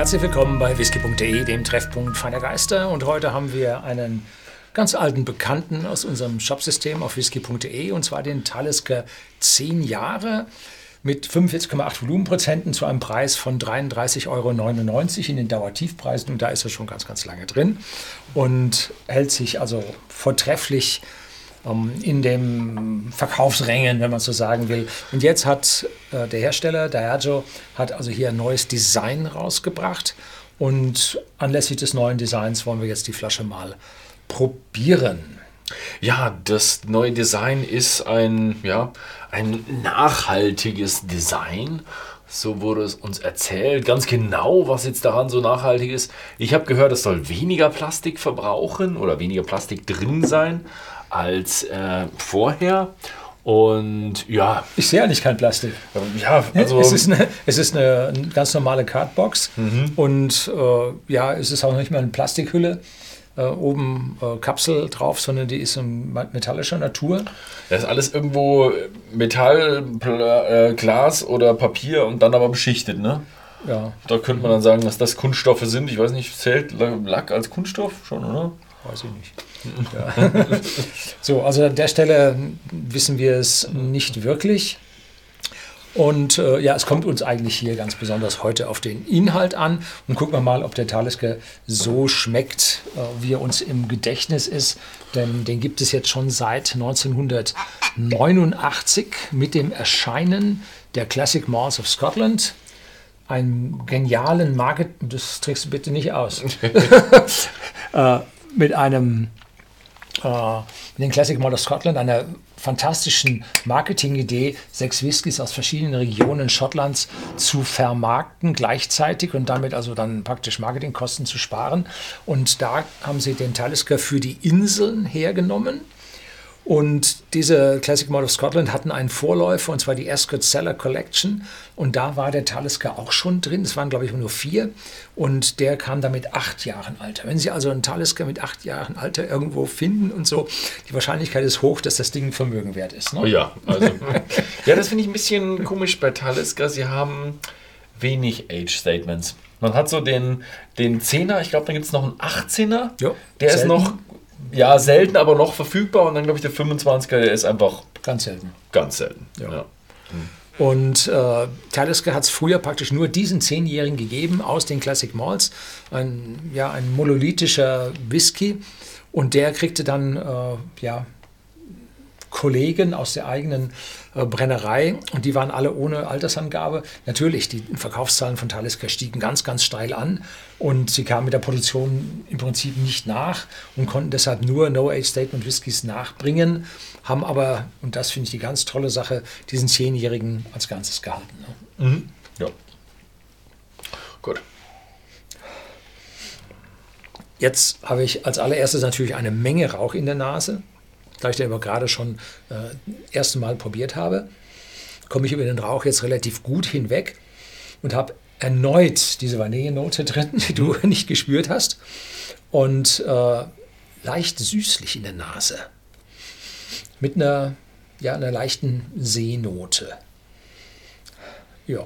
Herzlich willkommen bei whisky.de, dem Treffpunkt feiner Geister. Und heute haben wir einen ganz alten Bekannten aus unserem Shopsystem auf whisky.de, und zwar den Talisker 10 Jahre mit 45,8 Volumenprozenten zu einem Preis von 33,99 € in den Dauertiefpreisen. Und da ist er schon ganz, ganz lange drin und hält sich also vortrefflich in den Verkaufsrängen, wenn man so sagen will. Und jetzt hat der Hersteller, Diageo, hat also hier ein neues Design rausgebracht. Und anlässlich des neuen Designs wollen wir jetzt die Flasche mal probieren. Ja, das neue Design ist ein nachhaltiges Design. So wurde es uns erzählt. Ganz genau, was jetzt daran so nachhaltig ist. Ich habe gehört, es soll weniger Plastik verbrauchen oder weniger Plastik drin sein als vorher. Und ja. Ich sehe eigentlich kein Plastik. Ja, also es ist eine ganz normale Cardbox. Und es ist auch nicht mehr eine Plastikhülle. Oben Kapsel drauf, sondern die ist in metallischer Natur. Das ist alles irgendwo Metall, Glas oder Papier und dann aber beschichtet, ne? Ja. Da könnte man dann sagen, dass das Kunststoffe sind. Ich weiß nicht, zählt Lack als Kunststoff schon, oder? Weiß ich nicht. Ja. So, also an der Stelle wissen wir es nicht wirklich. Und es kommt uns eigentlich hier ganz besonders heute auf den Inhalt an. Und gucken wir mal, ob der Talisker so schmeckt, wie er uns im Gedächtnis ist. Denn den gibt es jetzt schon seit 1989 mit dem Erscheinen der Classic Malts of Scotland. Einen genialen Marketing, das trägst du bitte nicht aus, mit den Classic Malt of Scotland, einer fantastischen Marketingidee, 6 Whiskys aus verschiedenen Regionen Schottlands zu vermarkten gleichzeitig und damit also dann praktisch Marketingkosten zu sparen. Und da haben sie den Talisker für die Inseln hergenommen. Und diese Classic Malt of Scotland hatten einen Vorläufer, und zwar die Ascot Cellar Collection. Und da war der Talisker auch schon drin. Es waren, glaube ich, nur 4. Und der kam da mit 8 Jahren Alter. Wenn Sie also einen Talisker mit 8 Jahren Alter irgendwo finden und so, die Wahrscheinlichkeit ist hoch, dass das Ding ein Vermögen wert ist. Ne? Ja, also. Ja, das finde ich ein bisschen komisch bei Talisker. Sie haben wenig Age-Statements. Man hat so den 10er, ich glaube, dann gibt es noch einen 18er. Jo, der selten. ist noch. Ja, selten, aber noch verfügbar. Und dann, glaube ich, der 25er, der ist einfach ganz selten. Ganz selten. Ja. Und Talisker hat es früher praktisch nur diesen 10-Jährigen gegeben aus den Classic Malts. Ein monolithischer Whisky. Und der kriegte dann Kollegen aus der eigenen Brennerei, und die waren alle ohne Altersangabe. Natürlich, die Verkaufszahlen von Talisker stiegen ganz, ganz steil an und sie kamen mit der Produktion im Prinzip nicht nach und konnten deshalb nur No-Age-Statement-Whiskys nachbringen, haben aber, und das finde ich die ganz tolle Sache, diesen 10-Jährigen als Ganzes gehalten. Ne? Mhm. Ja. Gut. Jetzt habe ich als allererstes natürlich eine Menge Rauch in der Nase. Da ich den aber gerade schon erste Mal probiert habe, komme ich über den Rauch jetzt relativ gut hinweg und habe erneut diese Vanillenote drin, die du nicht gespürt hast, und leicht süßlich in der Nase mit einer leichten Seenote. Ja.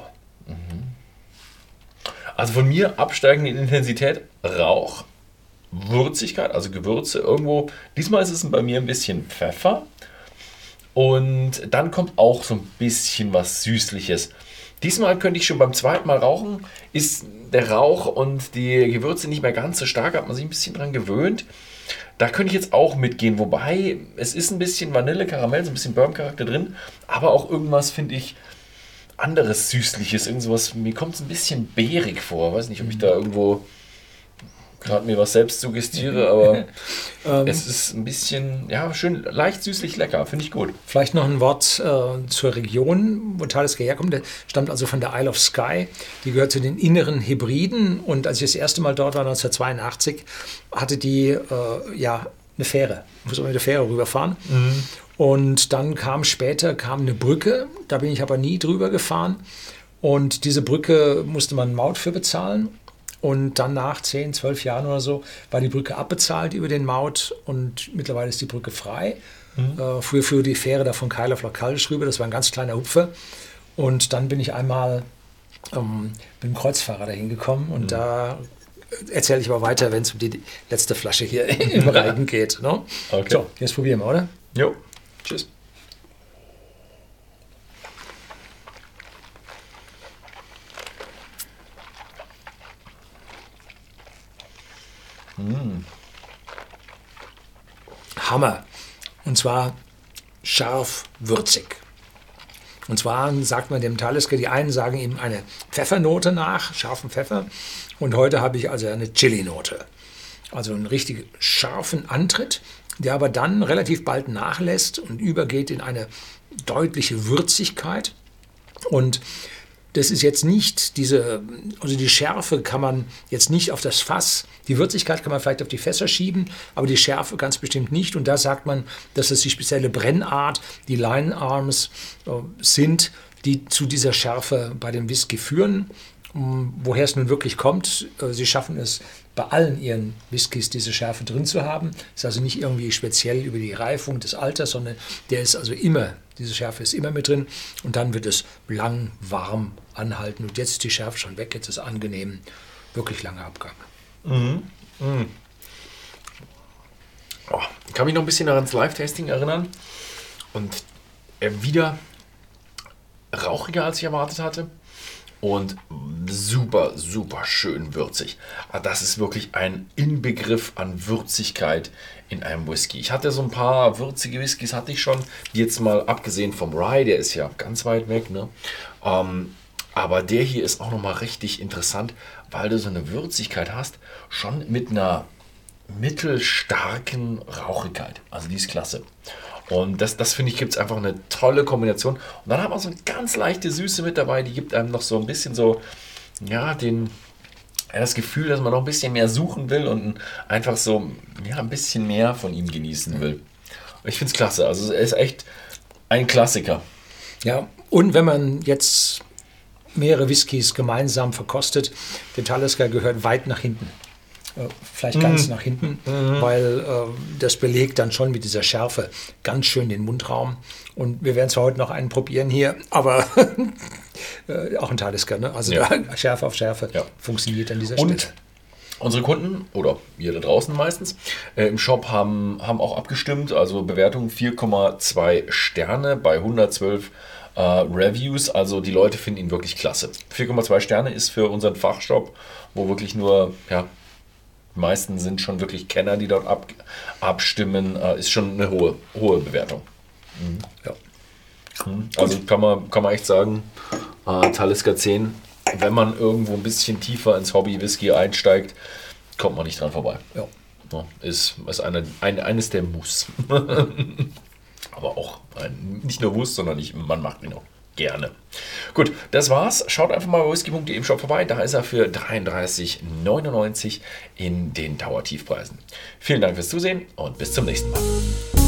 Also von mir absteigende Intensität, Rauch, Würzigkeit, also Gewürze irgendwo. Diesmal ist es bei mir ein bisschen Pfeffer und dann kommt auch so ein bisschen was Süßliches. Diesmal könnte ich schon beim zweiten Mal rauchen, ist der Rauch und die Gewürze nicht mehr ganz so stark, hat man sich ein bisschen dran gewöhnt. Da könnte ich jetzt auch mitgehen, wobei es ist ein bisschen Vanille, Karamell, so ein bisschen Bourbon-Charakter drin, aber auch irgendwas, finde ich, anderes Süßliches, irgendwas. Mir kommt es ein bisschen beerig vor, weiß nicht, ob ich da irgendwo gerade mir was selbst suggestiere, aber es ist ein bisschen, schön leicht süßlich lecker, finde ich gut. Vielleicht noch ein Wort zur Region, wo Talisker herkommt. Der stammt also von der Isle of Skye. Die gehört zu den inneren Hebriden. Und als ich das erste Mal dort war, 1982, hatte die eine Fähre. Muss man mit der Fähre rüberfahren. Und dann kam eine Brücke. Da bin ich aber nie drüber gefahren. Und diese Brücke musste man Maut für bezahlen. Und dann nach 10, 12 Jahren oder so war die Brücke abbezahlt über den Maut und mittlerweile ist die Brücke frei. Früher fuhr die Fähre da von Kyle auf Lochalsch rüber, das war ein ganz kleiner Hupfer. Und dann bin ich einmal Mit dem Kreuzfahrer dahin gekommen und da erzähle ich aber weiter, wenn es um die letzte Flasche hier im Reigen geht. Ne? Okay. So, jetzt probieren wir, oder? Jo, tschüss. Hammer. Und zwar scharf, würzig. Und zwar sagt man dem Talisker, die einen sagen ihm eine Pfeffernote nach, scharfen Pfeffer. Und heute habe ich also eine Chili-Note. Also einen richtig scharfen Antritt, der aber dann relativ bald nachlässt und übergeht in eine deutliche Würzigkeit. Und das ist jetzt nicht also die Schärfe kann man jetzt nicht auf das Fass, die Würzigkeit kann man vielleicht auf die Fässer schieben, aber die Schärfe ganz bestimmt nicht. Und da sagt man, dass es die spezielle Brennart, die Line Arms sind, die zu dieser Schärfe bei dem Whisky führen. Woher es nun wirklich kommt, sie schaffen es bei allen ihren Whiskys diese Schärfe drin zu haben. Ist also nicht irgendwie speziell über die Reifung des Alters, sondern der ist also immer, diese Schärfe ist immer mit drin und dann wird es lang, warm anhalten. Und jetzt ist die Schärfe schon weg, jetzt ist angenehm, wirklich langer Abgang. Oh, ich kann mich noch ein bisschen ans Live-Tasting erinnern und wieder rauchiger, als ich erwartet hatte. Und super, super schön würzig. Das ist wirklich ein Inbegriff an Würzigkeit in einem Whisky. Ich hatte so ein paar würzige Whiskys, hatte ich schon. Jetzt mal abgesehen vom Rye, der ist ja ganz weit weg. Ne? Aber der hier ist auch nochmal richtig interessant, weil du so eine Würzigkeit hast, schon mit einer mittelstarken Rauchigkeit. Also die ist klasse. Und das finde ich, gibt es einfach eine tolle Kombination. Und dann haben wir so eine ganz leichte Süße mit dabei, die gibt einem noch so ein bisschen so, ja, das Gefühl, dass man noch ein bisschen mehr suchen will und einfach so, ja, ein bisschen mehr von ihm genießen will. Ich finde es klasse, also er ist echt ein Klassiker. Ja, und wenn man jetzt mehrere Whiskys gemeinsam verkostet, der Talisker gehört weit nach hinten. Vielleicht ganz nach hinten, weil das belegt dann schon mit dieser Schärfe ganz schön den Mundraum. Und wir werden zwar heute noch einen probieren hier, aber auch ein Talisker, ne? Also Ja. da Schärfe auf Schärfe funktioniert an dieser Stelle. Und unsere Kunden, oder ihr da draußen meistens, im Shop haben auch abgestimmt, also Bewertung 4,2 Sterne bei 112 Reviews, also die Leute finden ihn wirklich klasse. 4,2 Sterne ist für unseren Fachshop, wo wirklich nur, ja, die meisten sind schon wirklich Kenner, die dort abstimmen, ist schon eine hohe Bewertung. Ja. Also kann man echt sagen, Talisker 10, wenn man irgendwo ein bisschen tiefer ins Hobby-Whisky einsteigt, kommt man nicht dran vorbei. Ja. Ja, ist eines der Muss. Aber auch nicht nur Muss, sondern man macht ihn auch gerne. Gut, das war's. Schaut einfach mal bei whisky.de im Shop vorbei. Da ist er für 33,99 in den Dauertiefpreisen. Vielen Dank fürs Zusehen und bis zum nächsten Mal.